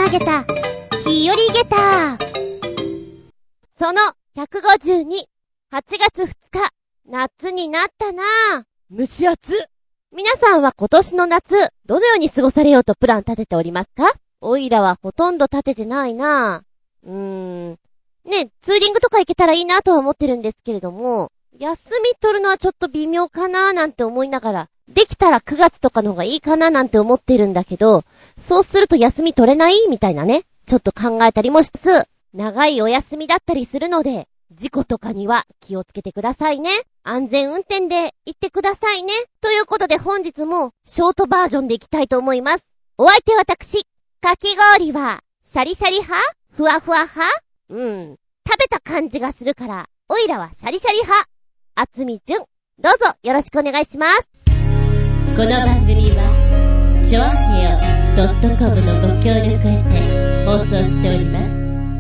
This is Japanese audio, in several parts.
まげた日和げた。その152、8月2日、夏になったなぁ。 蒸し暑。 皆さんは今年の夏、どのように過ごされようとプラン立てておりますか？おいらはほとんど立ててないなぁ。ね、ツーリングとか行けたらいいなとは思ってるんですけれども、休み取るのはちょっと微妙かななんて思いながら、できたら9月とかの方がいいかななんて思ってるんだけど、そうすると休み取れないみたいなね、ちょっと考えたりもしつつ、長いお休みだったりするので、事故とかには気をつけてくださいね。安全運転で行ってくださいね。ということで本日もショートバージョンで行きたいと思います。お相手私、かき氷はシャリシャリ派？ふわふわ派？食べた感じがするから、おいらはシャリシャリ派。あつみじゅん、どうぞよろしくお願いします。 この番組はちょあへよ .com のご協力へて放送しております。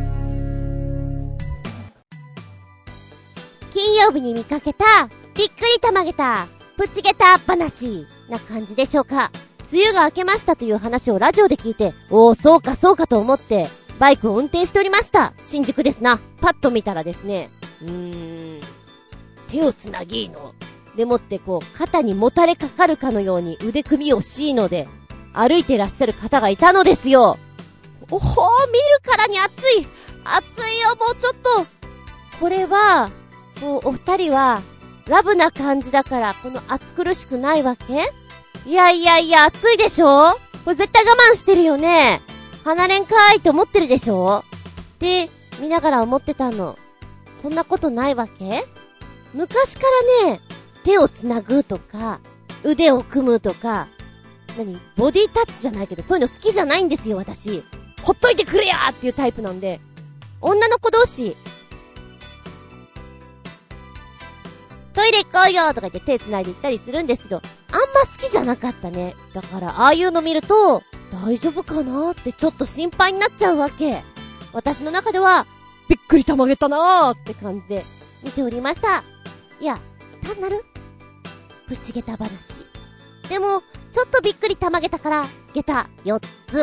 金曜日に見かけたびっくりたまげたプチゲタ話な感じでしょうか。梅雨が明けましたという話をラジオで聞いて、おーそうかそうかと思ってバイクを運転しておりました。新宿ですな。パッと見たらですね、手をつなぎのでもってこう肩にもたれかかるかのように腕組みをしいので歩いていらっしゃる方がいたのですよ。おほー、見るからに暑いよ。もうちょっとこれはもうお二人はラブな感じだからこの暑苦しくないわけ？いや暑いでしょ？これ絶対我慢してるよね。離れんかーいと思ってるでしょって見ながら思ってたの。そんなことないわけ？昔からね、手をつなぐとか腕を組むとかボディタッチじゃないけどそういうの好きじゃないんですよ。私ほっといてくれやーっていうタイプなんで、女の子同士トイレ行こうよとか言って手繋いで行ったりするんですけど、あんま好きじゃなかったね。だからああいうの見ると大丈夫かなってちょっと心配になっちゃうわけ。私の中ではびっくりたまげたなーって感じで見ておりました。いや、単なるプチゲタ話。でもちょっとびっくりたまげたからゲタ4つ。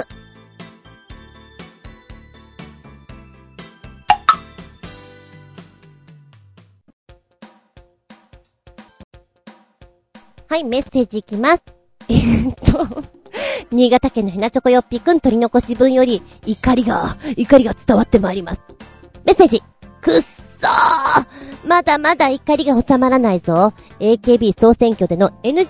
はい、メッセージいきます。新潟県のヘナチョコヨッピーくん取り残し分より怒りが伝わってまいります。メッセージ。くっそー、まだまだ怒りが収まらないぞ。AKB 総選挙での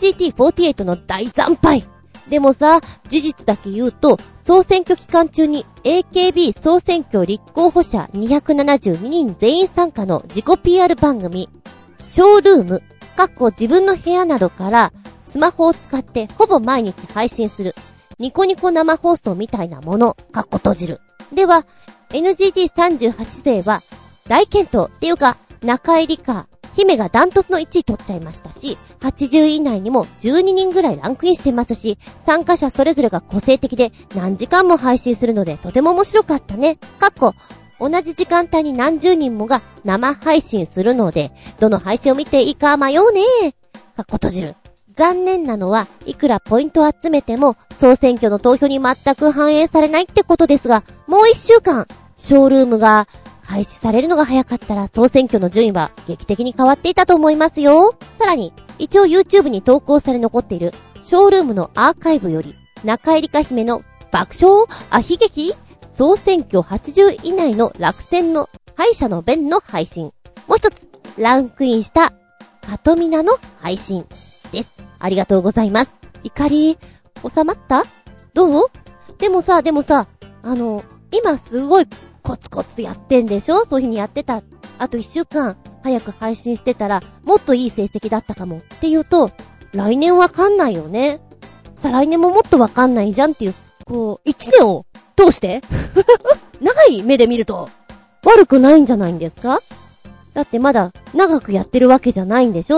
NGT48 の大惨敗。でもさ、事実だけ言うと、総選挙期間中に AKB 総選挙立候補者272人全員参加の自己 PR 番組、ショールーム、自分の部屋などからスマホを使ってほぼ毎日配信するニコニコ生放送みたいなもの、閉じる。では、NGT38 勢は大健闘っていうか、中井理香、姫がダントツの1位取っちゃいましたし、80位以内にも12人ぐらいランクインしてますし、参加者それぞれが個性的で何時間も配信するのでとても面白かったね。同じ時間帯に何十人もが生配信するので、どの配信を見ていいか迷うね。閉じる。残念なのは、いくらポイントを集めても、総選挙の投票に全く反映されないってことですが、もう1週間、ショールームが開始されるのが早かったら、総選挙の順位は劇的に変わっていたと思いますよ。さらに、一応 YouTube に投稿され残っている、ショールームのアーカイブより、中井理香姫の爆笑悲劇総選挙80以内の落選の敗者の弁の配信。もう一つ、ランクインしたカトミナの配信です。ありがとうございます。怒り、収まった？どう？でもさ、今すごいコツコツやってんでしょ？そういう風にやってた。あと1週間早く配信してたら、もっといい成績だったかもっていうと、来年わかんないよね。再来年ももっとわかんないじゃんっていう、1年を通して長い目で見ると悪くないんじゃないんですか？だってまだ長くやってるわけじゃないんでしょ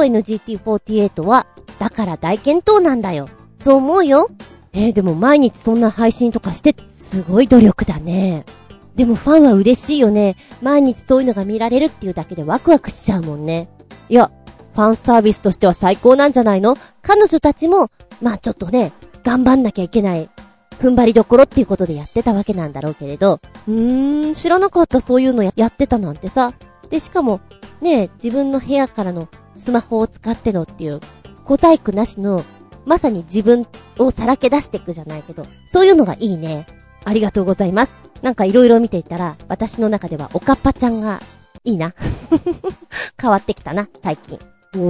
NGT48 は。だから大健闘なんだよ。そう思うよ。でも毎日そんな配信とかしてすごい努力だね。でもファンは嬉しいよね。毎日そういうのが見られるっていうだけでワクワクしちゃうもんね。いや、ファンサービスとしては最高なんじゃないの？彼女たちもちょっとね頑張んなきゃいけない踏ん張りどころっていうことでやってたわけなんだろうけれど、知らなかった、そういうのやってたなんてさ。で、しかも、ね、自分の部屋からのスマホを使ってのっていう、小細工なしの、まさに自分をさらけ出していくじゃないけど、そういうのがいいね。ありがとうございます。なんかいろいろ見ていたら、私の中ではおかっぱちゃんがいいな。変わってきたな、最近。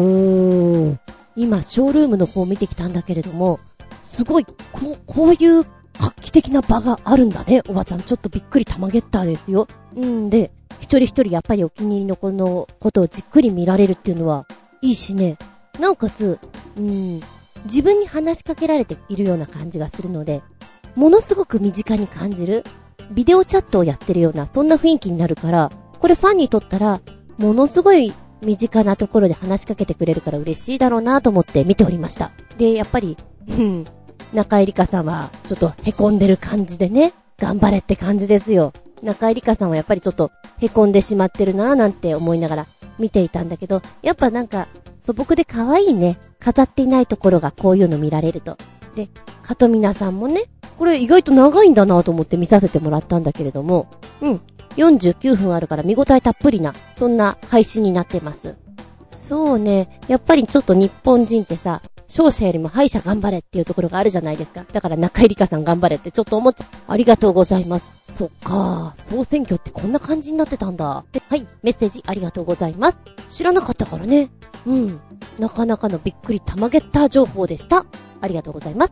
今、ショールームの方を見てきたんだけれども、すごい、こういう画期的な場があるんだね、おばちゃん。ちょっとびっくりたまげったですよ。で、一人一人やっぱりお気に入りの子のことをじっくり見られるっていうのは、いいしね。なおかつ、自分に話しかけられているような感じがするので、ものすごく身近に感じる。ビデオチャットをやってるような、そんな雰囲気になるから、これファンにとったら、ものすごい身近なところで話しかけてくれるから嬉しいだろうなと思って見ておりました。で、やっぱり、中井里香さんは、ちょっと凹んでる感じでね、頑張れって感じですよ。中井里香さんはやっぱりちょっと凹んでしまってるなぁなんて思いながら見ていたんだけど、やっぱなんか素朴で可愛いね。飾っていないところがこういうの見られると。で、かとみなさんもね、これ意外と長いんだなぁと思って見させてもらったんだけれども、49分あるから見応えたっぷりな、そんな配信になってます。そうね、やっぱりちょっと日本人ってさ、勝者よりも敗者頑張れっていうところがあるじゃないですか。だから中井里香さん頑張れってちょっと思っちゃう。ありがとうございます。そっかー、総選挙ってこんな感じになってたんだ。で、はい、メッセージありがとうございます。知らなかったからね。なかなかのびっくりたまげった情報でした。ありがとうございます。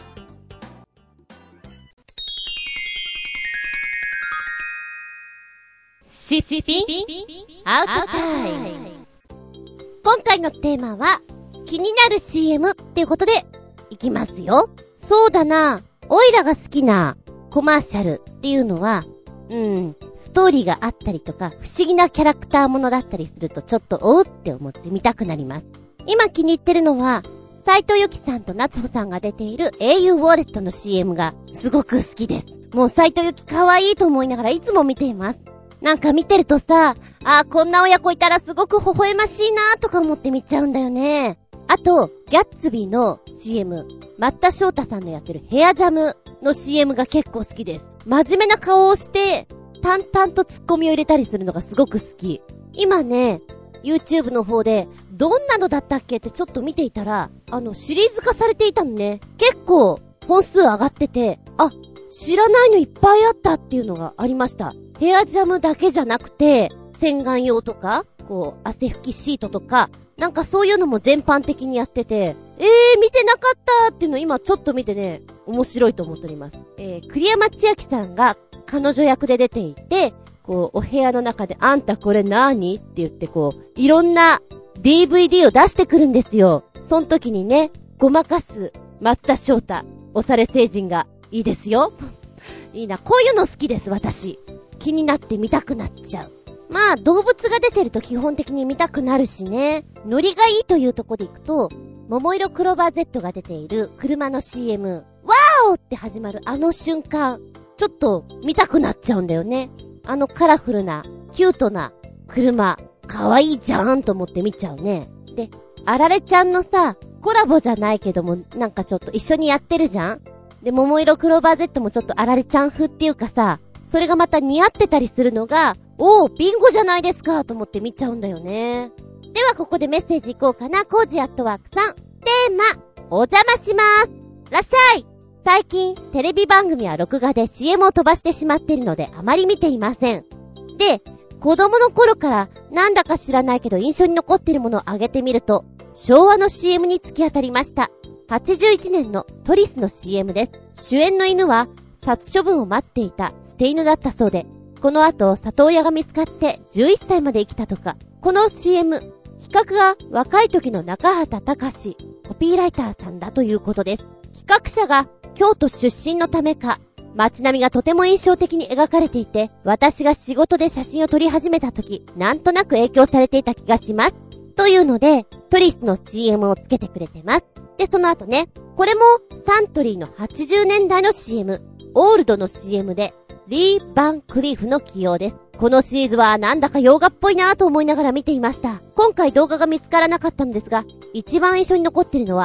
シッピンアウトタイム。 今回のテーマは気になる CM っていうことでいきますよ。そうだな、オイラが好きなコマーシャルっていうのはストーリーがあったりとか不思議なキャラクターものだったりするとちょっとおうって思って見たくなります。今気に入ってるのは斉藤由貴さんと夏穂さんが出ている au ウォレットの CM がすごく好きです。もう斉藤由貴可愛いと思いながらいつも見ています。なんか見てるとさ、こんな親子いたらすごく微笑ましいなとか思って見ちゃうんだよね。あと、ギャッツビーの CM、松田翔太さんのやってるヘアジャムの CM が結構好きです。真面目な顔をして、淡々とツッコミを入れたりするのがすごく好き。今ね、YouTube の方で、どんなのだったっけってちょっと見ていたら、シリーズ化されていたのね。結構、本数上がってて、知らないのいっぱいあったっていうのがありました。ヘアジャムだけじゃなくて、洗顔用とか、汗拭きシートとか、なんかそういうのも全般的にやってて、見てなかったっていうのを今ちょっと見てね、面白いと思っております。栗山千明さんが彼女役で出ていて、お部屋の中であんたこれ何って言っていろんな DVD を出してくるんですよ。その時にね、ごまかす松田翔太、おされ成人がいいですよ。いいな、こういうの好きです、私。気になって見たくなっちゃう。まあ、動物が出てると基本的に見たくなるしね。ノリがいいというとこでいくと、桃色クローバー Z が出ている車の CM、ワーオって始まるあの瞬間、ちょっと見たくなっちゃうんだよね。カラフルな、キュートな車、かわいいじゃんと思って見ちゃうね。で、あられちゃんのさ、コラボじゃないけども、なんかちょっと一緒にやってるじゃん。で、桃色クローバー Z もちょっとあられちゃん風っていうかさ、それがまた似合ってたりするのが、ビンゴじゃないですかと思って見ちゃうんだよね。ではここでメッセージいこうかな。コージアットワークさん。テーマ、お邪魔します。らっしゃい。最近、テレビ番組は録画で CM を飛ばしてしまっているのであまり見ていません。で、子供の頃からなんだか知らないけど印象に残っているものを挙げてみると、昭和の CM に突き当たりました。81年のトリスの CM です。主演の犬は殺処分を待っていた捨て犬だったそうで、この後里親が見つかって11歳まで生きたとか。この CM、企画が若い時の中畑隆コピーライターさんだということです。企画者が京都出身のためか、街並みがとても印象的に描かれていて、私が仕事で写真を撮り始めた時、なんとなく影響されていた気がします。というので、トリスの CM をつけてくれてます。で、その後ね、これもサントリーの80年代の CM、オールドの CM で、リー・バンクリーフの起用です。このシリーズはなんだか洋画っぽいなぁと思いながら見ていました。今回動画が見つからなかったのですが、一番印象に残っているのは、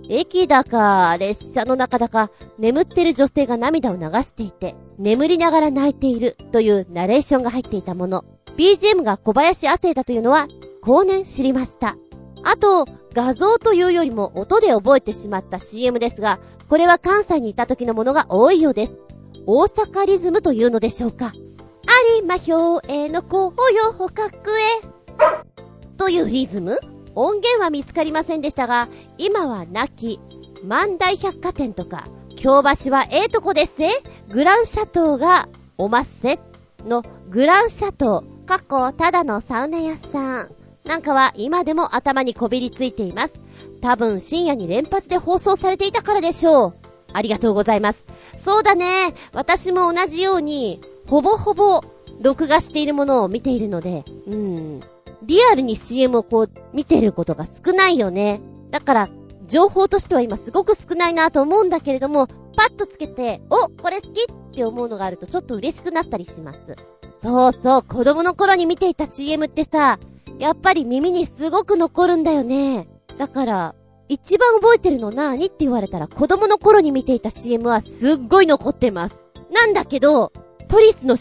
駅だか列車の中だか眠ってる女性が涙を流していて、眠りながら泣いているというナレーションが入っていたもの。BGM が小林亜生だというのは後年知りました。あと、画像というよりも音で覚えてしまった CM ですが、これは関西にいた時のものが多いようです。大阪リズムというのでしょうか。有馬兵衛の紅葉捕獲へというリズム？音源は見つかりませんでしたが、今は亡き万代百貨店とか、京橋はええとこですぜ、グランシャトーがおまっせのグランシャトー、かっこただのサウナ屋さんなんかは今でも頭にこびりついています。多分深夜に連発で放送されていたからでしょう。ありがとうございます。そうだね、私も同じようにほぼほぼ録画しているものを見ているので、リアルに CM をこう見てることが少ないよね。だから情報としては今すごく少ないなと思うんだけれども、パッとつけて、お、これ好きって思うのがあるとちょっと嬉しくなったりします。そうそう、子供の頃に見ていた CM ってさ、やっぱり耳にすごく残るんだよね。だから一番覚えてるの何って言われたら、子供の頃に見ていた CM はすっごい残ってます。なんだけどトリスの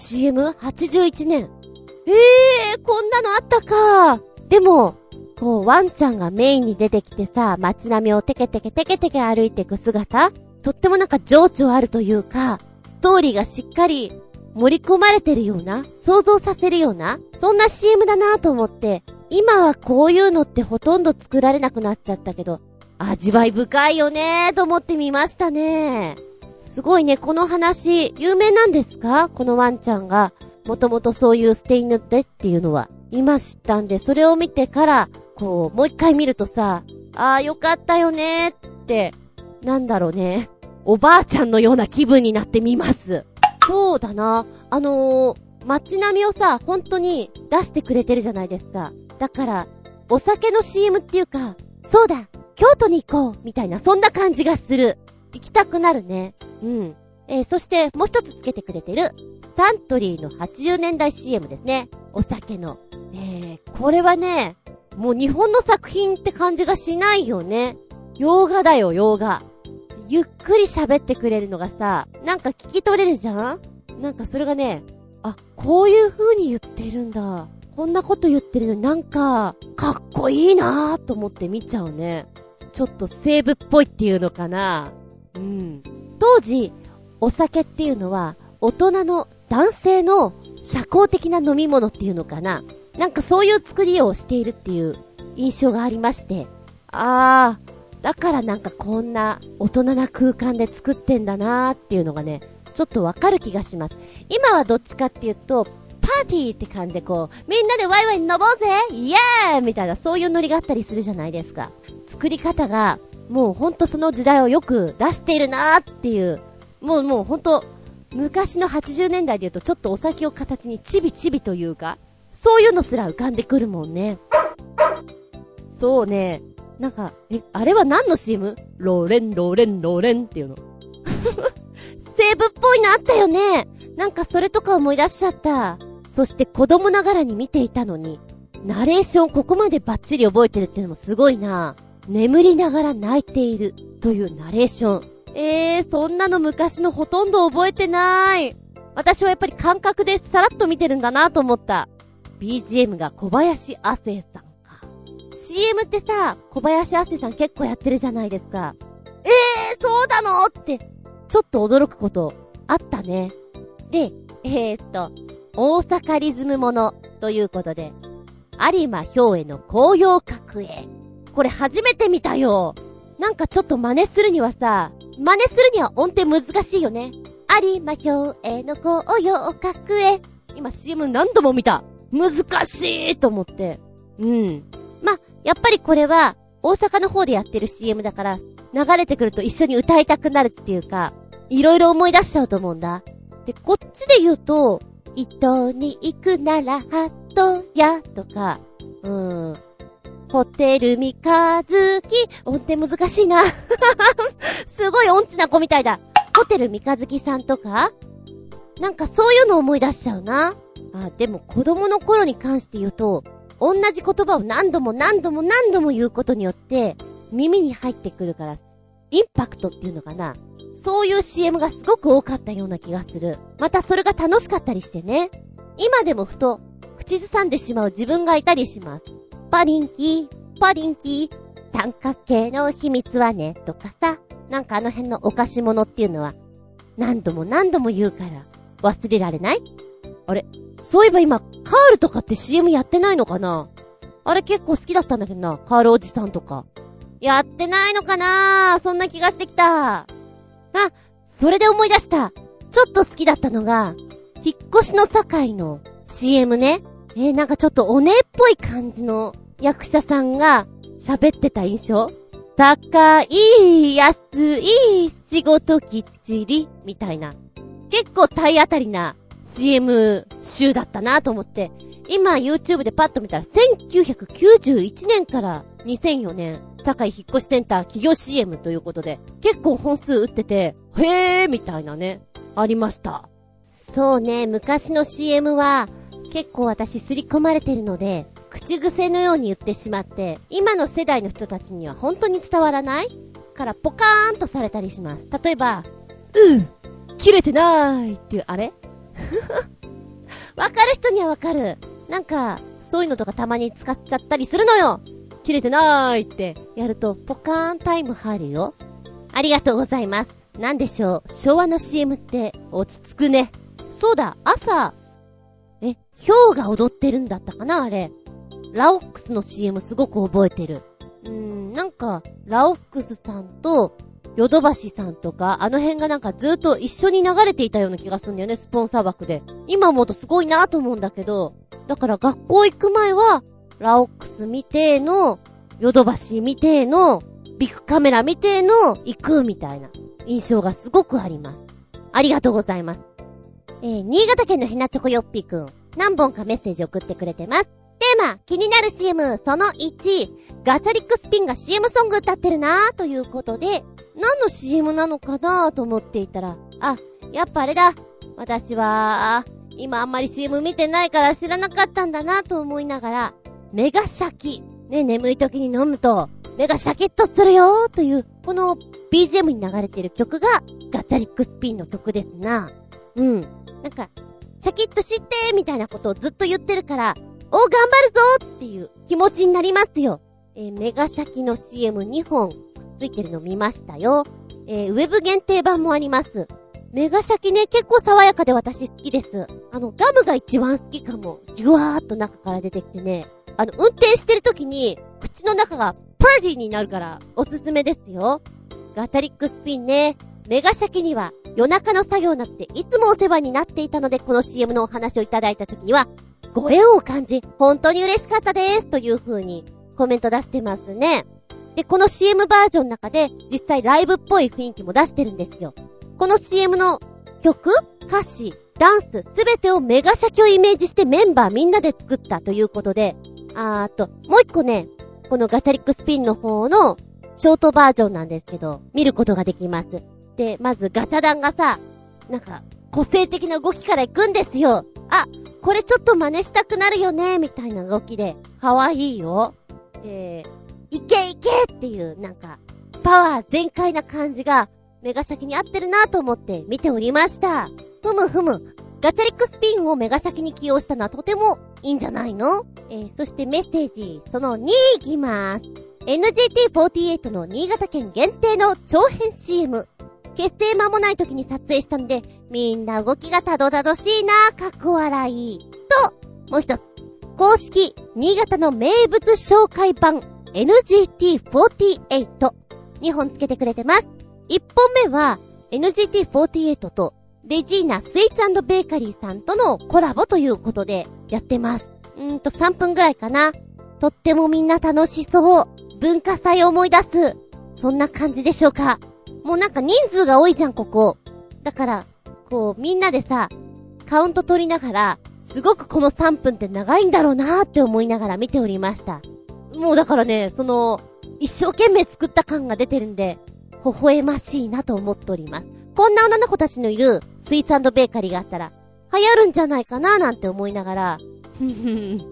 CM81 年。こんなのあったか。でも、こうワンちゃんがメインに出てきてさ、街並みをテケテケ歩いていく姿、とってもなんか情緒あるというか、ストーリーがしっかり盛り込まれてるような、想像させるような、そんな CM だなと思って、今はこういうのってほとんど作られなくなっちゃったけど、味わい深いよねと思ってみましたね。すごいね、この話、有名なんですか？このワンちゃんが、もともとそういう捨て犬でっていうのは、今知ったんで、それを見てから、こう、もう一回見るとさ、よかったよねって、なんだろうね、おばあちゃんのような気分になってみます。そうだな、街並みをさ、本当に出してくれてるじゃないですか。だから、お酒の CM っていうか、そうだ、京都に行こうみたいな、そんな感じがする。行きたくなるね。そしてもう一つつけてくれてるサントリーの80年代 CM ですね。お酒の。これはね、もう日本の作品って感じがしないよね。洋画だよ、洋画。ゆっくり喋ってくれるのがさ、なんか聞き取れるじゃん？なんかそれがね、こういう風に言ってるんだ。こんなこと言ってるのになんか、かっこいいなーと思って見ちゃうね。ちょっと西部っぽいっていうのかな。当時、お酒っていうのは、大人の男性の社交的な飲み物っていうのかな。なんかそういう作りをしているっていう印象がありまして。だからなんかこんな大人な空間で作ってんだなーっていうのがね、ちょっとわかる気がします。今はどっちかっていうと、パーティーって感じでこう、みんなでワイワイ飲もうぜイエーイみたいなそういうノリがあったりするじゃないですか。作り方が、もうほんとその時代をよく出しているなーっていう、もうほんと、昔の80年代で言うとちょっとお酒を形にチビチビというか、そういうのすら浮かんでくるもんね。そうね、なんか、あれは何の CM？ ローレンっていうの。西部っぽいのあったよね。なんかそれとか思い出しちゃった。そして子供ながらに見ていたのに、ナレーションここまでバッチリ覚えてるっていうのもすごいな。眠りながら泣いているというナレーション。そんなの昔のほとんど覚えてない。私はやっぱり感覚でさらっと見てるんだなと思った。BGM が小林亜生さんか。CM ってさ、小林亜生さん結構やってるじゃないですか。そうなのって、ちょっと驚くことあったね。で、大阪リズムものということで、有馬兵衛の紅葉角へ。これ初めて見たよ。なんかちょっと真似するには音程難しいよね。有馬兵衛の紅葉角へ。今 CM 何度も見た。難しいと思って。やっぱりこれは大阪の方でやってる CM だから、流れてくると一緒に歌いたくなるっていうか、いろいろ思い出しちゃうと思うんだ。で、こっちで言うと、糸に行くならハト屋とか、ホテル三日月、音程難しいな。すごい音痴な子みたいだ。ホテル三日月さんとか、なんかそういうの思い出しちゃうな。でも子供の頃に関して言うと、同じ言葉を何度も言うことによって、耳に入ってくるから、 インパクトっていうのかな。そういう CM がすごく多かったような気がする。またそれが楽しかったりしてね。今でもふと、口ずさんでしまう自分がいたりします。パリンキー、パリンキー、三角形の秘密はね、とかさ。なんかあの辺のお菓子物っていうのは、何度も何度も言うから、忘れられない？あれ？そういえば今、カールとかって CM やってないのかな？あれ結構好きだったんだけどな、カールおじさんとか。やってないのかな？そんな気がしてきた。あ、それで思い出した。ちょっと好きだったのが、引っ越しの境の CM ね。なんかちょっとお姉っぽい感じの役者さんが喋ってた印象？高い、安い、仕事きっちり、みたいな。結構体当たりな CM 集だったなと思って、今 YouTube でパッと見たら1991年から2004年、堺引っ越しセンター企業 CM ということで、結構本数打ってて、へーみたいなね、ありました。そうね、昔の CM は結構私刷り込まれてるので、口癖のように言ってしまって、今の世代の人たちには本当に伝わらないからポカーンとされたりします。例えば、切れてないっていう、あれわかる人にはわかる。なんか、そういうのとかたまに使っちゃったりするのよ。切れてないってやるとポカーンタイム入るよ。ありがとうございます。なんでしょう、昭和の CM って落ち着くね。そうだ、朝、ヒョウが踊ってるんだったかなあれ。ラオックスの CM すごく覚えてる。なんか、ラオックスさんと、ヨドバシさんとか、あの辺がなんかずっと一緒に流れていたような気がするんだよね、スポンサー枠で。今思うとすごいなと思うんだけど、だから学校行く前は、ラオックス見ての、ヨドバシ見ての、ビッグカメラ見ての、行くみたいな印象がすごくあります。ありがとうございます。新潟県のひなチョコヨッピーくん、何本かメッセージ送ってくれてます。テーマ、気になる CM、その1、ガチャリックスピンが CM ソング歌ってるなということで、何の CM なのかなと思っていたら、やっぱあれだ。私は、今あんまり CM 見てないから知らなかったんだなと思いながら、メガシャキ。ね、眠い時に飲むと、目がシャキッとするよという、この BGM に流れている曲が、ガチャリックスピンの曲ですな。なんか、シャキッとしてみたいなことをずっと言ってるから、頑張るぞっていう気持ちになりますよ。メガシャキの CM2 本くっついてるの見ましたよ。ウェブ限定版もあります。メガシャキね、結構爽やかで私好きです。ガムが一番好きかも。ジュワーっと中から出てきてね。運転してる時に、口の中がパーティーになるから、おすすめですよ。ガチャリックスピンね。メガシャキには、夜中の作業になっていつもお世話になっていたので、この CM のお話をいただいた時には、ご縁を感じ、本当に嬉しかったです。という風にコメント出してますね。で、この CM バージョンの中で、実際ライブっぽい雰囲気も出してるんですよ。この CM の曲、歌詞、ダンス、すべてをメガシャキをイメージしてメンバーみんなで作ったということで、もう一個ね、このガチャリックスピンの方のショートバージョンなんですけど、見ることができます。で、まずガチャ団がさ、なんか、個性的な動きから行くんですよ。これちょっと真似したくなるよね、みたいな動きで、かわいいよ。で、いけいけっていう、なんか、パワー全開な感じが、メガシャキに合ってるなと思って見ておりました。ふむ。ガチャリックスピンをメガシャキに起用したのはとてもいいんじゃないの？そしてメッセージ、その2いきます。NGT48 の新潟県限定の長編 CM。結成間もない時に撮影したので、みんな動きがたどたどしいな、かっこ笑い。と、もう一つ。公式、新潟の名物紹介版、NGT48。2本つけてくれてます。1本目は、NGT48 と、レジーナスイーツ&ベーカリーさんとのコラボということで、やってます。3分ぐらいかな。とってもみんな楽しそう。文化祭を思い出す。そんな感じでしょうか。もうなんか人数が多いじゃん、ここ。だから、こう、みんなでさ、カウント取りながら、すごくこの3分って長いんだろうなーって思いながら見ておりました。もうだからね、一生懸命作った感が出てるんで、微笑ましいなと思っております。こんな女の子たちのいるスイーツ&ベーカリーがあったら、流行るんじゃないかななんて思いながら、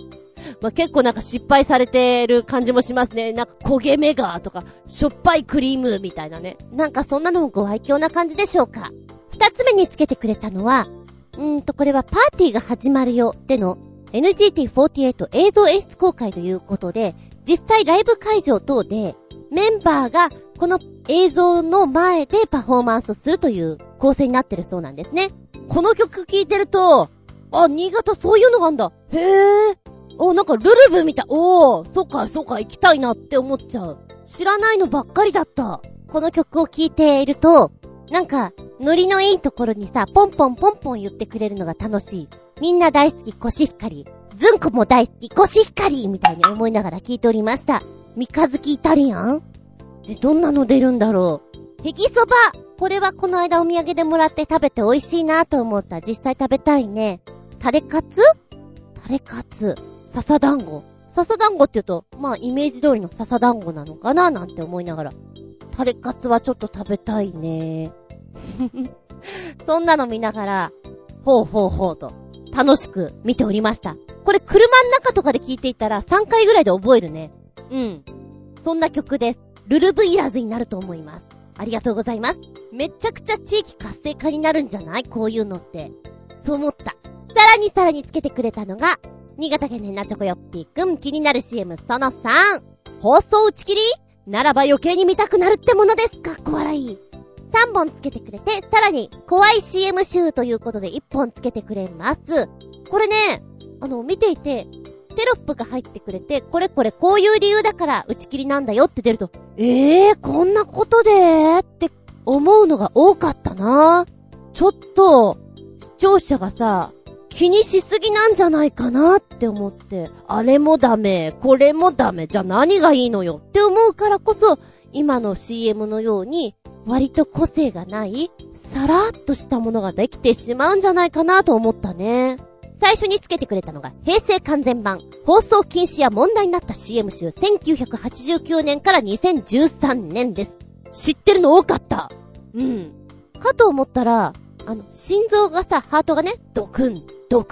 まあ、結構なんか失敗されてる感じもしますね。なんか焦げ目がとか、しょっぱいクリームみたいなね。なんかそんなのもご愛嬌な感じでしょうか。二つ目につけてくれたのは、これはパーティーが始まるよでの NGT48 映像演出公開ということで、実際ライブ会場等でメンバーがこの映像の前でパフォーマンスをするという構成になってるそうなんですね。この曲聴いてると、あ、新潟そういうのがあんだ。へー。なんかルルブみたい。そうか、行きたいなって思っちゃう。知らないのばっかりだった。この曲を聴いていると、なんか、ノリのいいところにさ、ポンポン言ってくれるのが楽しい。みんな大好き、コシヒカリ。ズンコも大好き、コシヒカリみたいに思いながら聴いておりました。三日月イタリアン？どんなの出るんだろう。ヘギそば。これはこの間お土産でもらって食べて美味しいなと思った。実際食べたいね。タレカツ。笹団子って言うと、まあイメージ通りの笹団子なのかななんて思いながら。タレカツはちょっと食べたいね。そんなの見ながら、ほうと楽しく見ておりました。これ車の中とかで聞いていたら3回ぐらいで覚えるね。そんな曲です。ルルブいらずになると思います。ありがとうございます。めちゃくちゃ地域活性化になるんじゃない？こういうのって。そう思った。さらにつけてくれたのが、新潟県のなチョコヨッピーくん、気になる CM その3。放送打ち切り？ならば余計に見たくなるってものです。かっこ笑い。3本つけてくれて、さらに怖い CM 集ということで1本つけてくれます。これね、見ていて、テロップが入ってくれて、これこういう理由だから打ち切りなんだよって出ると、こんなことでって思うのが多かったな。ちょっと、視聴者がさ、気にしすぎなんじゃないかなって思って、あれもダメ、これもダメ、じゃあ何がいいのよって思うからこそ、今の CM のように、割と個性がない、さらっとしたものができてしまうんじゃないかなと思ったね。最初につけてくれたのが、平成完全版、放送禁止や問題になった CM 集、1989年から2013年です。知ってるの多かった。かと思ったら、心臓がさ、ハートがね、ドクン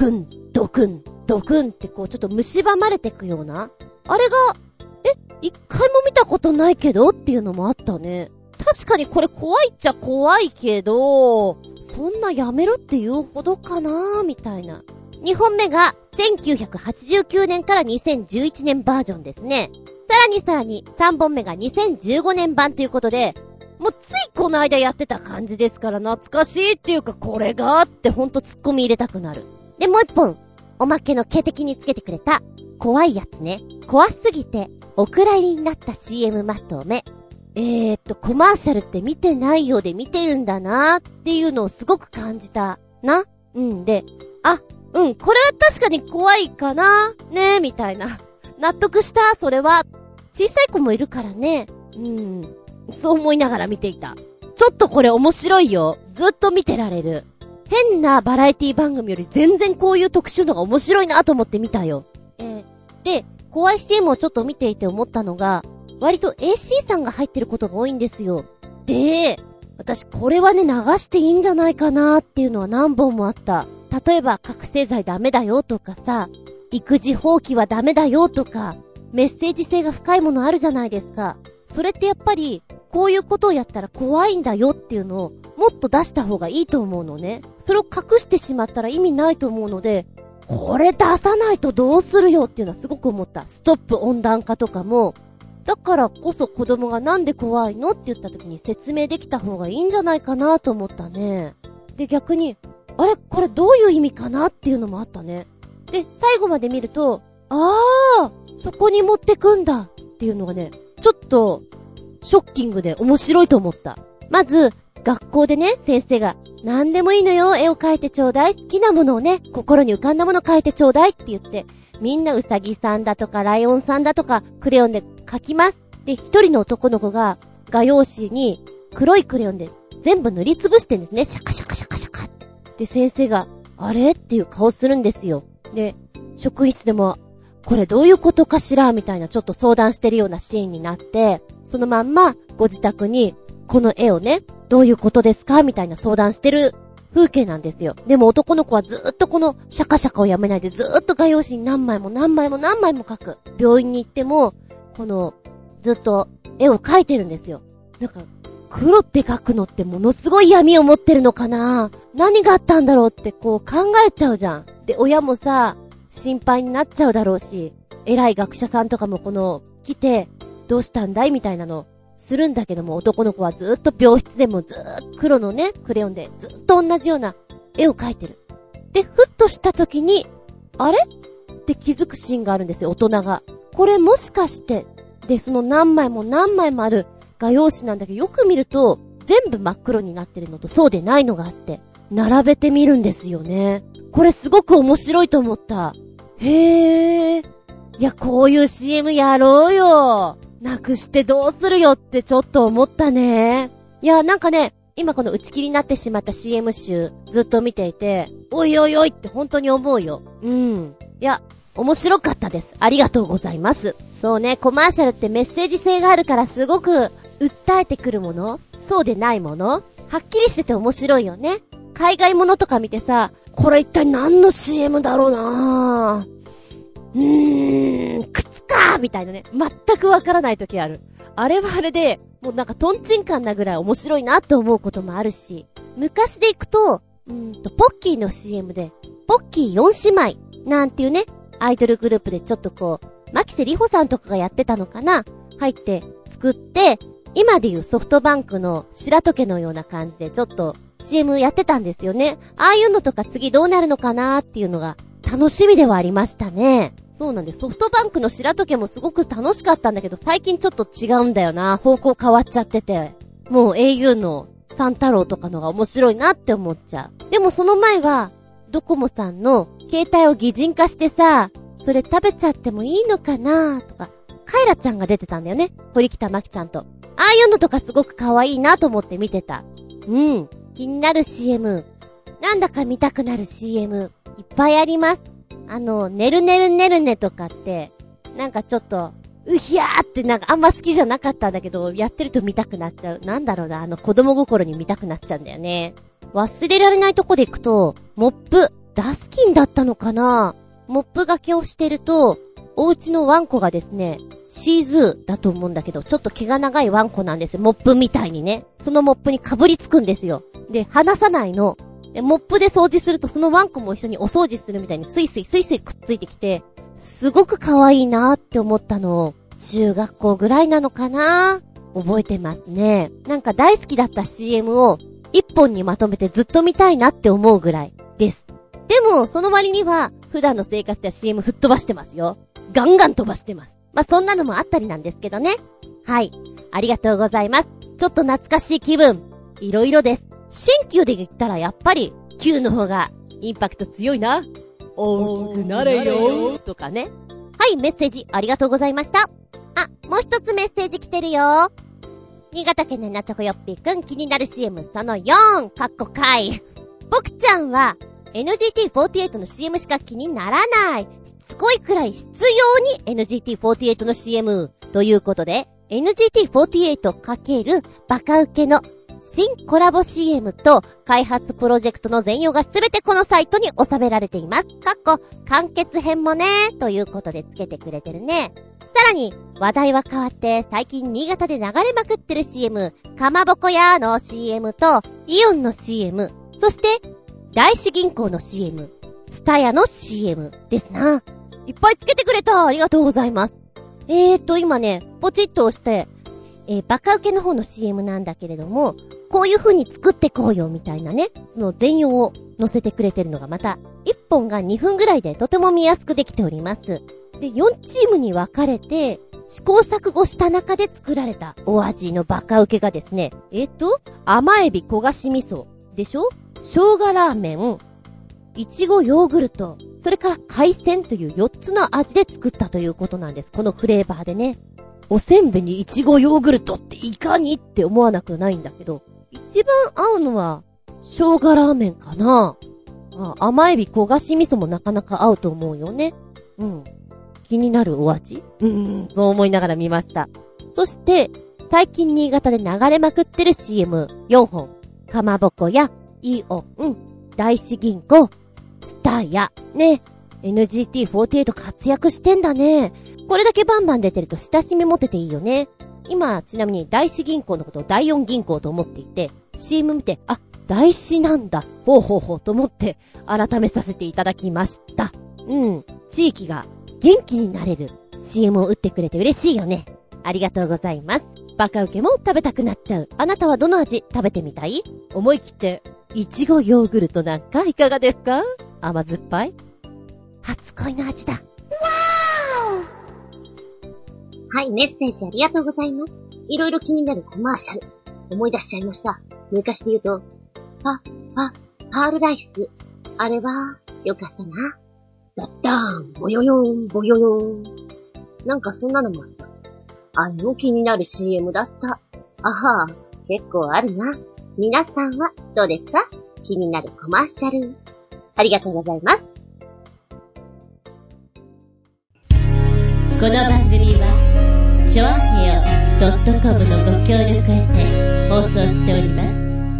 ってこうちょっと蝕まれてくような。あれが、一回も見たことないけどっていうのもあったね。確かにこれ怖いっちゃ怖いけど、そんなやめろっていうほどかなみたいな。2本目が1989年から2011年バージョンですね。さらに3本目が2015年版ということで、もうついこの間やってた感じですから懐かしいっていうかこれがってほんと突っ込み入れたくなる。で、もう一本、おまけの警的につけてくれた怖いやつね。怖すぎてお蔵入りになった CM まとめ。コマーシャルって見てないようで見てるんだなっていうのをすごく感じたな。で、これは確かに怖いかなねみたいな。納得した、それは。小さい子もいるからね。そう思いながら見ていた。ちょっとこれ面白いよ。ずっと見てられる。変なバラエティ番組より全然こういう特集のが面白いなと思って見たよ。で、怖い CM をちょっと見ていて思ったのが、割と AC さんが入ってることが多いんですよ。で、私これはね流していいんじゃないかなっていうのは何本もあった。例えば覚醒剤ダメだよとかさ、育児放棄はダメだよとか、メッセージ性が深いものあるじゃないですか。それってやっぱりこういうことをやったら怖いんだよっていうのをもっと出した方がいいと思うのね。それを隠してしまったら意味ないと思うので、これ出さないとどうするよっていうのはすごく思った。ストップ温暖化とかも、だからこそ子供がなんで怖いのって言った時に説明できた方がいいんじゃないかなと思ったね。で、逆に、あれこれどういう意味かなっていうのもあったね。で、最後まで見ると、そこに持ってくんだっていうのがね、ちょっとショッキングで面白いと思った。まず、学校でね、先生が、何でもいいのよ、絵を描いてちょうだい。好きなものをね、心に浮かんだものを描いてちょうだいって言って、みんなうさぎさんだとかライオンさんだとかクレヨンで描きます。で、一人の男の子が画用紙に黒いクレヨンで全部塗りつぶしてんですね。シャカシャカシャカシャカって。で、先生が、あれっていう顔するんですよ。で、職員室でも、これどういうことかしらみたいなちょっと相談してるようなシーンになって、そのまんまご自宅にこの絵をね、どういうことですかみたいな相談してる風景なんですよ。でも男の子はずーっとこのシャカシャカをやめないでずーっと画用紙に何枚も描く。病院に行っても、この、ずっと絵を描いてるんですよ。なんか、黒って描くのってものすごい闇を持ってるのかな？何があったんだろうってこう考えちゃうじゃん。で、親もさ、心配になっちゃうだろうし、偉い学者さんとかもこの、来て、どうしたんだいみたいなの、するんだけども、男の子はずっと病室でもずーっと黒のね、クレヨンでずっと同じような絵を描いてる。で、ふっとした時に、あれ？って気づくシーンがあるんですよ、大人が。これもしかして、で、その何枚もある画用紙なんだけど、よく見ると、全部真っ黒になってるのとそうでないのがあって、並べてみるんですよね。これすごく面白いと思った。へー。いや、こういう CM やろうよ。なくしてどうするよってちょっと思ったね。いや、なんかね、今この打ち切りになってしまった CM 集ずっと見ていて、おいおいおいって本当に思うよ。いや、面白かったです。ありがとうございます。そうね、コマーシャルってメッセージ性があるからすごく訴えてくるもの、そうでないもの、はっきりしてて面白いよね。海外ものとか見てさ、これ一体何の CM だろうな靴かーみたいなね。全くわからない時ある。あれはあれで、もうなんかトンチンカンなぐらい面白いなって思うこともあるし、昔で行くと、ポッキーの CM で、ポッキー4姉妹なんていうね、アイドルグループでちょっとこう、牧瀬里穂さんとかがやってたのかな、入って作って、今でいうソフトバンクの白戸家のような感じでちょっと CM やってたんですよね。ああいうのとか次どうなるのかなーっていうのが楽しみではありましたね。そうなんで、ソフトバンクの白戸家もすごく楽しかったんだけど、最近ちょっと違うんだよな。方向変わっちゃってて。もう au の三太郎とかのが面白いなって思っちゃう。でもその前は、ドコモさんの携帯を擬人化してさ、それ食べちゃってもいいのかなとか、カイラちゃんが出てたんだよね。堀北真希ちゃんと。ああいうのとかすごく可愛いなと思って見てた。気になる CM。なんだか見たくなる CM。いっぱいあります。ねるねるねるねとかって、なんかちょっと、うひゃーってなんかあんま好きじゃなかったんだけど、やってると見たくなっちゃう。なんだろうな、子供心に見たくなっちゃうんだよね。忘れられないとこで行くと、モップ、ダスキンだったのかな？モップがけをしてると、お家のワンコがですね、シーズーだと思うんだけど、ちょっと毛が長いワンコなんですよ。モップみたいにね。そのモップに被りつくんですよ。で、離さないの。で、モップで掃除するとそのワンコも一緒にお掃除するみたいにスイスイくっついてきて、すごく可愛いなーって思ったのを、中学校ぐらいなのかな？覚えてますね。なんか大好きだった CM を一本にまとめてずっと見たいなって思うぐらいです。でも、その割には、普段の生活では CM 吹っ飛ばしてますよ。ガンガン飛ばしてます。まあ、そんなのもあったりなんですけどね。はい。ありがとうございます。ちょっと懐かしい気分。いろいろです。新旧で言ったらやっぱり、旧の方がインパクト強いな。大きくなれよとかね。はい、メッセージありがとうございました。あ、もう一つメッセージ来てるよ。新潟県のなちょこよっぴーくん、気になる CM その4、かっこかい。僕ちゃんは、NGT48 の CM しか気にならない。しつこいくらい必要に NGT48 の CM。ということで、NGT48× バカウケの新コラボ CM と開発プロジェクトの全容がすべてこのサイトに収められています。完結編もね、ということでつけてくれてるね。さらに、話題は変わって最近新潟で流れまくってる CM、かまぼこ屋の CM とイオンの CM、そして大志銀行の CM、ツタヤの CM ですな。いっぱいつけてくれた。ありがとうございます。今ね、ポチッと押して、バカウケの方の CM なんだけれども、こういう風に作ってこうよみたいなね、その全容を載せてくれてるのがまた、1本が2分ぐらいでとても見やすくできております。で、4チームに分かれて、試行錯誤した中で作られたお味のバカウケがですね、甘エビ焦がし味噌でしょ？生姜ラーメン、いちごヨーグルト、それから海鮮という4つの味で作ったということなんです。このフレーバーでね。おせんべいにいちごヨーグルトっていかにって思わなくないんだけど、一番合うのは生姜ラーメンかな。甘エビ焦がし味噌もなかなか合うと思うよね。気になるお味？そう思いながら見ました。そして最近新潟で流れまくってる CM4 本、かまぼこやイオン、大志銀行、ツタヤ、ね、NGT48 活躍してんだね。これだけバンバン出てると親しみ持てていいよね。今、ちなみに大志銀行のことを第四銀行と思っていて、CM 見て、あ、大志なんだ、ほうと思って改めさせていただきました。地域が元気になれる CM を打ってくれて嬉しいよね。ありがとうございます。バカウケも食べたくなっちゃう。あなたはどの味食べてみたい？思い切って、いちごヨーグルトなんかいかがですか？甘酸っぱい？初恋の味だ。わー！はい、メッセージありがとうございます。いろいろ気になるコマーシャル。思い出しちゃいました。昔で言うと、パールライス。あれは、よかったな。ダッダーン、ボヨヨーン、ボヨヨーン。なんかそんなのもあった。気になる CM だった。あはー、結構あるな。皆さんはどうですか？気になるコマーシャル。ありがとうございます。 この番組はちょあへよ .com のご協力へて放送しております。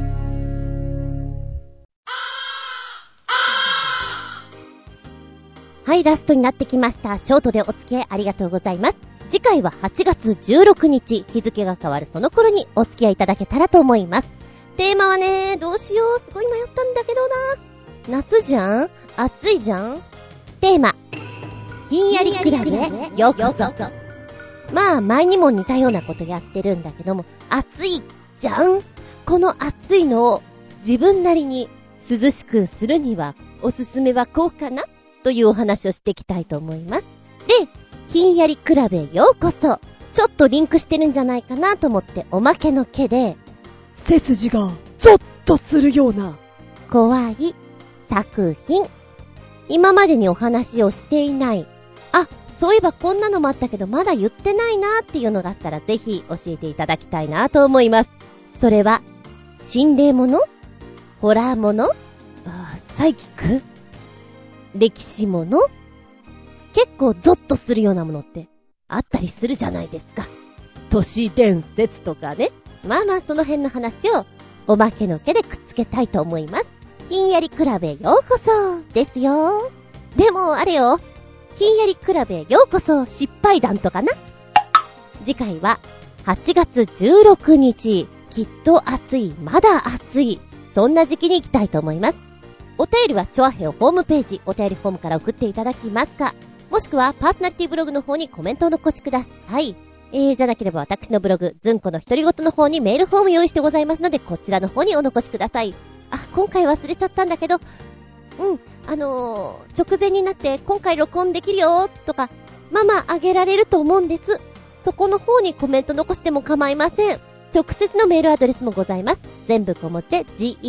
はい、ラストになってきました。ショートでお付き合いありがとうございます。次回は8月16日、日付が変わるその頃にお付き合いいただけたらと思います。テーマはね、どうしよう、すごい迷ったんだけどな。夏じゃん？暑いじゃん？テーマ、ひんやりクラブへようこそ。まあ、前にも似たようなことやってるんだけども、暑いじゃん？この暑いのを自分なりに涼しくするには、おすすめはこうかなというお話をしていきたいと思います。で、ひんやりクラブへようこそ。ちょっとリンクしてるんじゃないかなと思っておまけの毛で、 背筋がゾッとするような怖い作品。今までにお話をしていない。あ、そういえばこんなのもあったけどまだ言ってないなっていうのがあったらぜひ教えていただきたいなと思います。それは、心霊もの？ホラーもの？サイキック？歴史もの？結構ゾッとするようなものってあったりするじゃないですか。都市伝説とかね。まあまあその辺の話をおまけの毛でくっつけたいと思います。ひんやりクラブへようこそですよ。でもあれよ、ひんやりクラブへようこそ失敗談とかな。次回は8月16日、きっと暑い、まだ暑い、そんな時期に行きたいと思います。お便りはチョアヘオホームページ、お便りフォームから送っていただきますか、もしくはパーソナリティブログの方にコメントを残しください。じゃなければ私のブログ、ずんこの独り言の方にメールフォーム用意してございますので、こちらの方にお残しください。あ、今回忘れちゃったんだけど、直前になって今回録音できるよとか、まああげられると思うんです。そこの方にコメント残しても構いません。直接のメールアドレスもございます。全部小文字で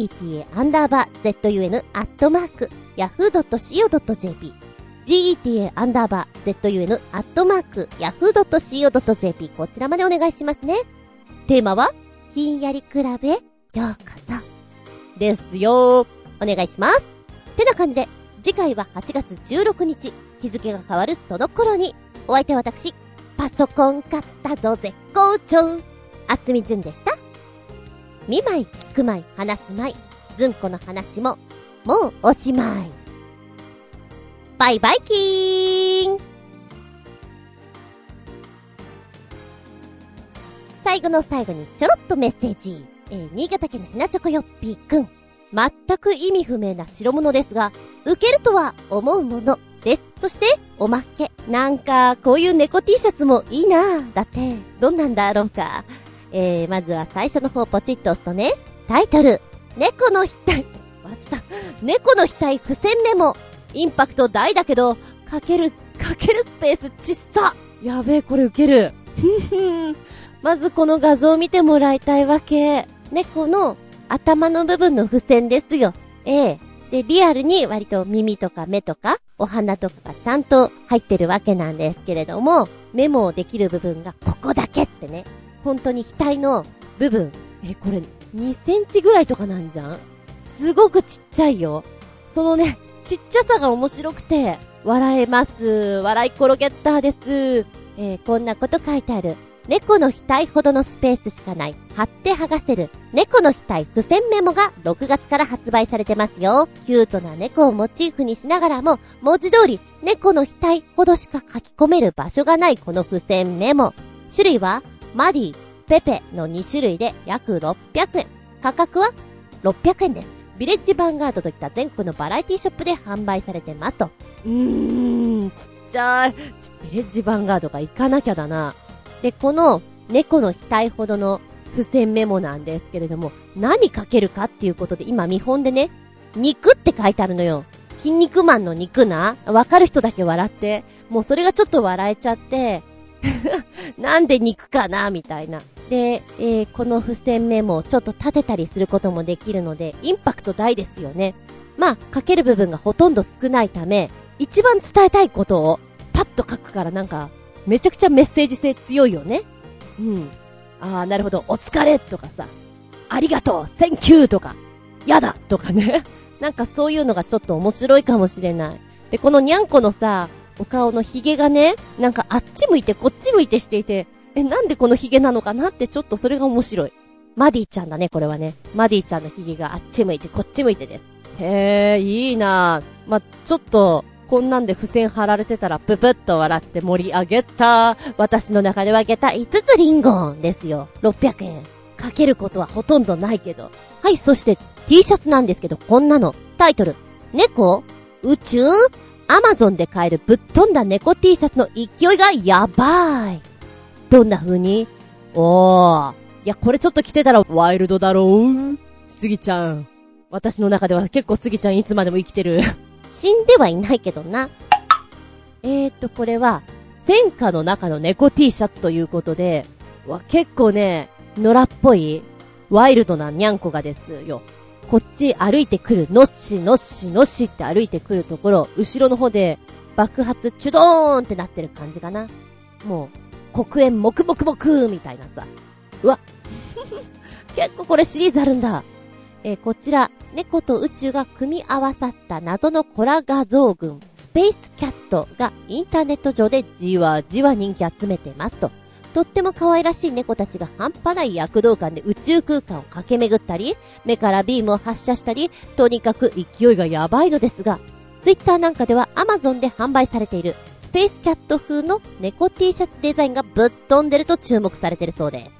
geta_zun@yahoo.co.jp geta_zun@yahoo.co.jp こちらまでお願いしますね。テーマはひんやりクラブへようこそですよ。お願いします。てな感じで次回は8月16日、日付が変わるその頃に、お相手は私、パソコン買ったぞ絶好調、あつみじゅんでした。見舞い聞く舞い話す舞い、ずんこの話ももうおしまい。バイバイキーン。最後の最後にちょろっとメッセージ。新潟県のひなちょこよっぴーくん。全く意味不明な代物ですが、受けるとは思うものです。そして、おまけ。なんか、こういう猫 T シャツもいいな。だって、どんなんだろうか。まずは最初の方ポチッと押すとね、タイトル、猫の額。猫の額付箋メモ。インパクト大だけど、かけるスペースちっさ。やべえ、これウケる。まずこの画像を見てもらいたいわけ。猫の頭の部分の付箋ですよ。で、リアルに割と耳とか目とか、お鼻とかがちゃんと入ってるわけなんですけれども、メモできる部分がここだけってね。本当に額の部分。これ2センチぐらいとかなんじゃん？すごくちっちゃいよ。そのね、ちっちゃさが面白くて、笑えます。笑い転げッターです。こんなこと書いてある。 猫の額ほどのスペースしかない貼って剥がせる猫の額付箋メモが6月から発売されてますよ。キュートな猫をモチーフにしながらも文字通り猫の額ほどしか書き込める場所がないこの付箋メモ。種類はマディ、ペペの2種類で約600円。価格は600円です。ビレッジヴァンガードといった全国のバラエティショップで販売されてますと。ちっちゃい。ビレッジヴァンガードが行かなきゃだな。で、この猫の額ほどの付箋メモなんですけれども、何書けるかっていうことで今見本でね、肉って書いてあるのよ。筋肉マンの肉な。わかる人だけ笑って。もうそれがちょっと笑えちゃって、なんで肉かなみたいな。で、この付箋メモをちょっと立てたりすることもできるので、インパクト大ですよね。まあ、書ける部分がほとんど少ないため、一番伝えたいことをパッと書くからなんか、めちゃくちゃメッセージ性強いよね。なるほど。お疲れとかさ、ありがとう、センキューとか、やだとかね。なんかそういうのがちょっと面白いかもしれない。で、このにゃんこのさ、お顔のヒゲがね、なんかあっち向いてこっち向いてしていて、なんでこのヒゲなのかなってちょっとそれが面白い。マディちゃんだね、これはね。マディちゃんのヒゲがあっち向いてこっち向いてです。へー、いいなぁ。ま、ちょっと、こんなんで付箋貼られてたらププッと笑って盛り上げた。私の中では下駄5つリンゴンですよ。600円。かけることはほとんどないけど。はい、そして T シャツなんですけど、こんなの。タイトル。猫宇宙アマゾンで買えるぶっ飛んだ猫 T シャツの勢いがやばい。どんな風に？いや、これちょっと着てたらワイルドだろう。スギちゃん。私の中では結構スギちゃんいつまでも生きてる。死んではいないけどな。これは、戦火の中の猫 T シャツということで、結構ね、野良っぽい、ワイルドなニャンコがですよ。こっち歩いてくる、のっしのっしのっしって歩いてくるところ、後ろの方で爆発チュドーンってなってる感じかな。もう、黒煙もくもくもくみたいなさ。うわ。結構これシリーズあるんだ。こちら、猫と宇宙が組み合わさった謎のコラ画像群、スペースキャットがインターネット上でじわじわ人気集めてますと。とっても可愛らしい猫たちが半端ない躍動感で宇宙空間を駆け巡ったり、目からビームを発射したり、とにかく勢いがやばいのですが、ツイッターなんかでは Amazon で販売されているスペースキャット風の猫 T シャツデザインがぶっ飛んでると注目されてるそうです。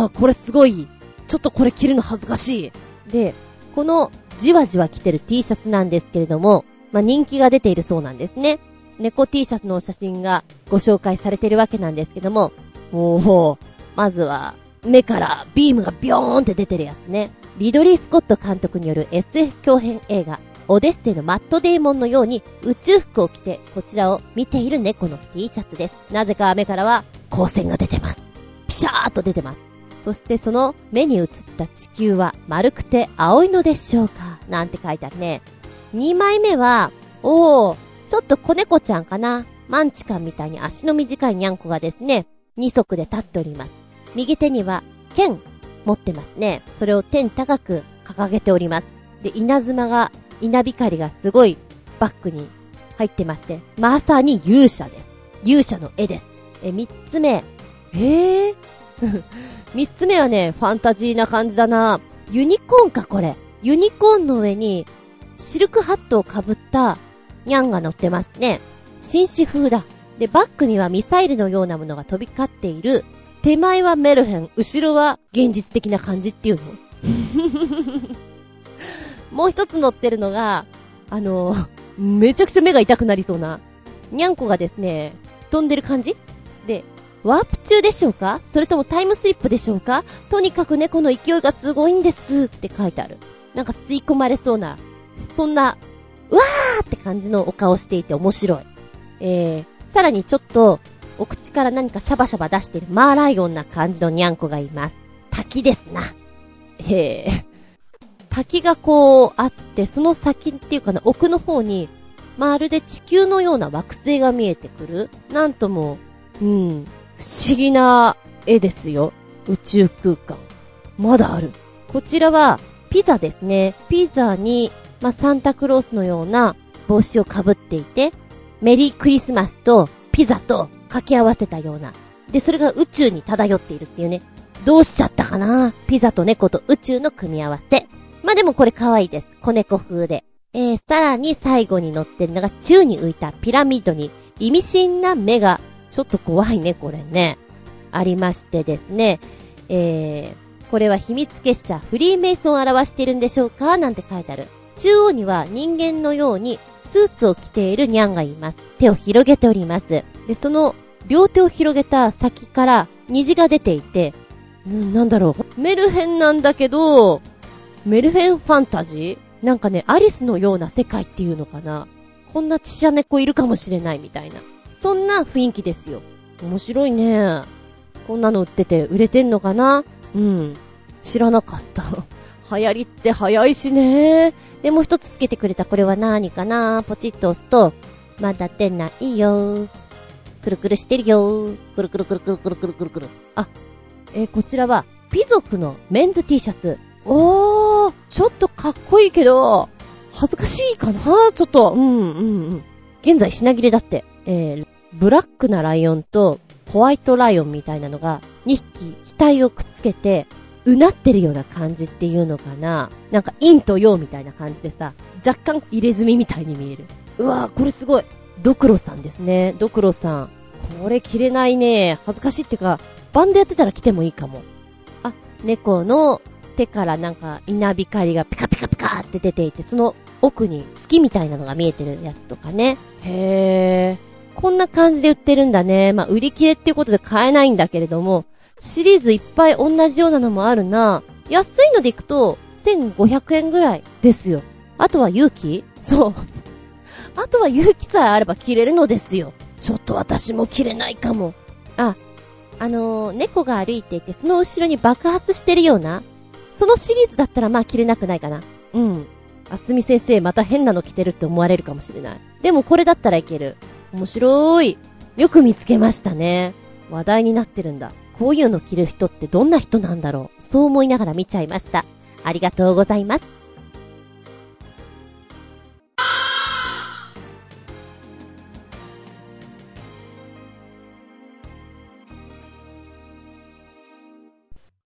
これすごい。ちょっとこれ着るの恥ずかしい。で、このじわじわ着てる T シャツなんですけれども、人気が出ているそうなんですね。猫 T シャツの写真がご紹介されているわけなんですけども、まずは目からビームがビョーンって出てるやつね。リドリー・スコット監督による SF 狂編映画オデッセイのマットデーモンのように宇宙服を着てこちらを見ている猫の T シャツです。なぜか目からは光線が出てます。ピシャーっと出てます。そしてその目に映った地球は丸くて青いのでしょうかなんて書いてあるね。2枚目は、ちょっと子猫ちゃんかな。マンチカンみたいに足の短いニャンコがですね、2足で立っております。右手には剣持ってますね。それを天高く掲げております。で、稲光がすごいバックに入ってまして、まさに勇者です。勇者の絵です。3つ目。3つ目はね、ファンタジーな感じだな。ユニコーンかこれ。ユニコーンの上にシルクハットをかぶったニャンが乗ってますね。紳士風だ。で、バックにはミサイルのようなものが飛び交っている。手前はメルヘン、後ろは現実的な感じっていうのもう一つ乗ってるのが、めちゃくちゃ目が痛くなりそうなニャンコがですね、飛んでる感じで、ワープ中でしょうか？それともタイムスリップでしょうか？とにかく猫の勢いがすごいんですって書いてある。なんか吸い込まれそうな、そんな、うわーって感じのお顔していて面白い。さらにちょっと、お口から何かシャバシャバ出しているマーライオンな感じのニャンコがいます。滝ですな。滝がこうあって、その先っていうかな、奥の方に、まるで地球のような惑星が見えてくる。なんとも、不思議な絵ですよ。宇宙空間。まだある。こちらは、ピザですね。ピザに、サンタクロースのような帽子をかぶっていて、メリークリスマスとピザと掛け合わせたようなで、それが宇宙に漂っているっていうね。どうしちゃったかな？ピザと猫と宇宙の組み合わせ。まあ、でもこれ可愛いです。子猫風で。さらに最後に乗ってるのが宙に浮いたピラミッドに意味深な目が、ちょっと怖いね、これね。ありましてですね。これは秘密結社フリーメイソンを表しているんでしょうかなんて書いてある。中央には人間のようにスーツを着ているニャンがいます。手を広げております。で、その両手を広げた先から虹が出ていて、なんだろう。メルヘンなんだけど、メルヘンファンタジー？なんかね、アリスのような世界っていうのかな。こんなちっちゃ猫いるかもしれないみたいな。そんな雰囲気ですよ。面白いね。こんなの売ってて売れてんのかな？知らなかった。流行りって早いしね。でも一つつけてくれたこれは何かな？ポチッと押すと、まだ出ないよ。くるくるしてるよ。くるくるくるくるくるくるくるくる。あ、こちらは、ピ族のメンズ T シャツ。ちょっとかっこいいけど、恥ずかしいかな？ちょっと、現在品切れだって。ブラックなライオンとホワイトライオンみたいなのが2匹額をくっつけてうなってるような感じっていうのかな。なんか陰と陽みたいな感じでさ、若干入れ墨みたいに見える。うわー、これすごい。ドクロさんですね。ドクロさん。これ着れないね。恥ずかしいってか、バンドやってたら着てもいいかも。あ、猫の手からなんか稲光がピカピカピカって出ていて、その奥に月みたいなのが見えてるやつとかね。へー。こんな感じで売ってるんだね。まあ、売り切れっていうことで買えないんだけれども、シリーズいっぱい同じようなのもあるな。安いのでいくと、1500円ぐらいですよ。あとは勇気？そう。あとは勇気さえあれば着れるのですよ。ちょっと私も着れないかも。猫が歩いていて、その後ろに爆発してるような、そのシリーズだったらまあ着れなくないかな。あつみ先生また変なの着てるって思われるかもしれない。でもこれだったらいける。面白い。よく見つけましたね。話題になってるんだ。こういうの着る人ってどんな人なんだろう。そう思いながら見ちゃいました。ありがとうございます。